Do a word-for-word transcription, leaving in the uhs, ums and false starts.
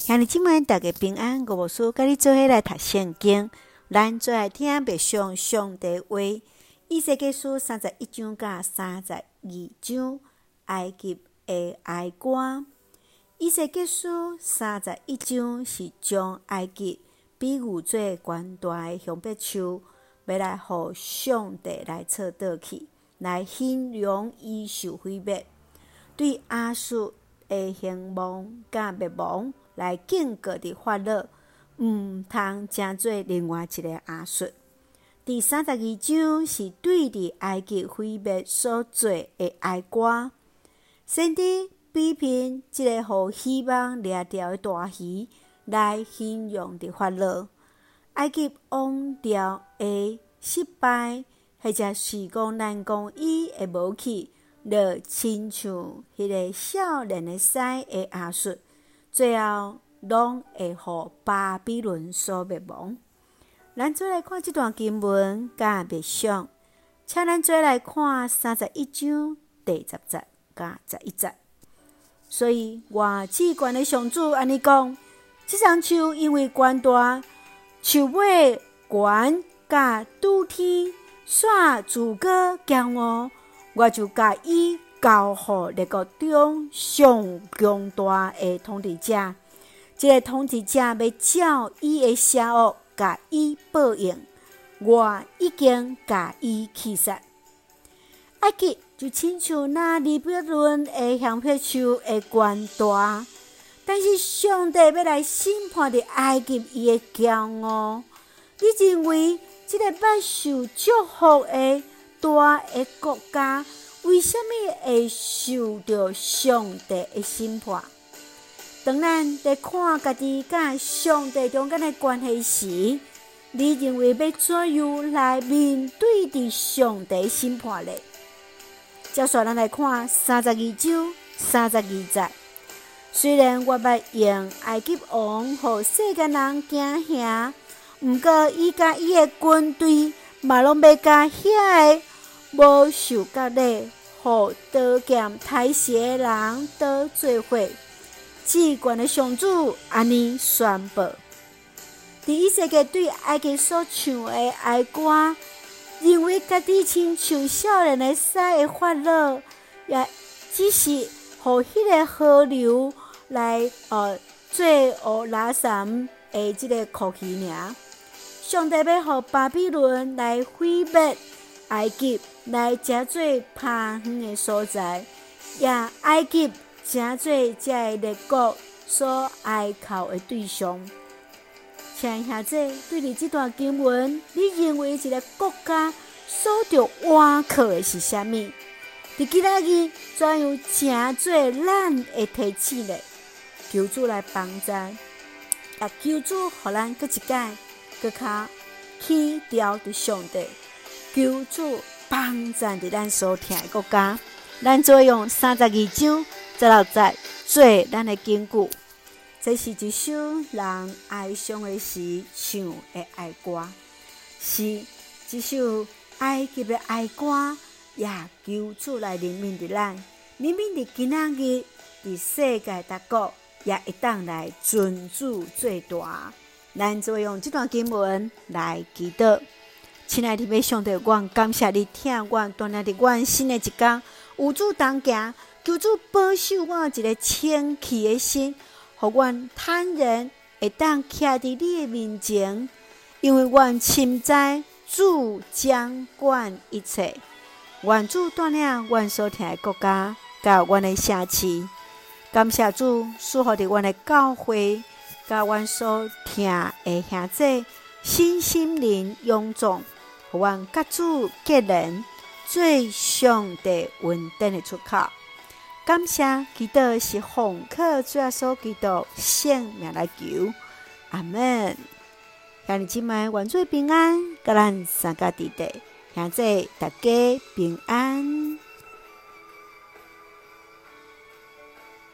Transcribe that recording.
兄弟姊妹，大家平安。我无事，甲你做伙来读圣经。咱做来听默想上帝话。以西结书三十一章甲三十二章，埃及的哀歌。以西结书三十一章是将埃及比喻做悬大的香柏树，要来互上帝来测倒去，来形容伊受毁灭。对亚述的兴亡甲灭亡来警告的法老，毋通成做另外一个亚述。第三十二章是对伫埃及毁灭所做的哀歌，先伫比拼即个互希望掠掉的大鱼来形容的法老。埃及王朝的失败，或者是讲咱讲伊会无去，就亲像迄个少年的狮的亚述，最后拢会互巴比伦所灭亡。咱做来看这段经文甲默想，请咱做来看三十一章第十节甲十一节。所以我至高的上主安尼讲：这丛树因为悬大，树尾悬甲拄天，煞自高骄傲，我就甲伊交予列国中上强大的统治者。这个统治者要照伊的邪恶，甲伊报应。我已经甲伊气杀。埃及就亲像那黎巴嫩的香柏树的悬大，但是上帝要来审判的埃及伊的骄傲。你认为这个捌受祝福的大的国家，为什么会受到上帝的审判？当咱在看家己甲上帝中间的关系时，你认为要怎样来面对伫上帝审判呢？接续咱来看三十二章三十二节。虽然我捌用埃及王互世间人惊吓，毋过伊甲伊的军队嘛拢要甲遐个无受割礼、互刀剑刣蛇的人倒做伙。至高的上主安尼宣布：伫以西结对埃及所唱的哀歌，认为家己亲像少年的狮的法老，也只是互迄个河流来呃做乌拉山的即个哭泣尔。上帝要互巴比伦来毁灭埃及，来诚做拍远的所在，也埃及诚做遮个列国所哀哭的对象。亲爱兄弟，对于这段经文，你认为一个国家所着倚靠的是啥物？伫今仔日怎样诚做咱的提醒呢？求主来帮助，也求主互咱搁一摆搁较起调伫上帝。求主帮助伫咱所听的国家。咱做用三十二章十六节做咱的根据。这是一首人哀伤的时唱的哀歌，是一首埃及的哀歌，也求主来怜悯伫咱，怜悯伫今仔日伫世界各国，也会当来尊主做大。咱做用这段经文来祈祷。亲爱的弟兄姊妹，我感谢你听我锻炼伫我新的一天，有主同行，求主保守我一个清气的心，互阮坦然会当徛伫你的面前，因为阮深知主掌管一切。愿主带领阮所听的国家，甲阮的城市。感谢主赐予伫阮的教会，甲阮所听的兄弟身心灵勇壮，互阮甲主结连，做上帝稳定的出口。感谢祈祷是奉靠主耶稣基督圣名来求，阿门。兄弟姊妹，愿做平安，甲咱三家弟弟，兄弟大家平安。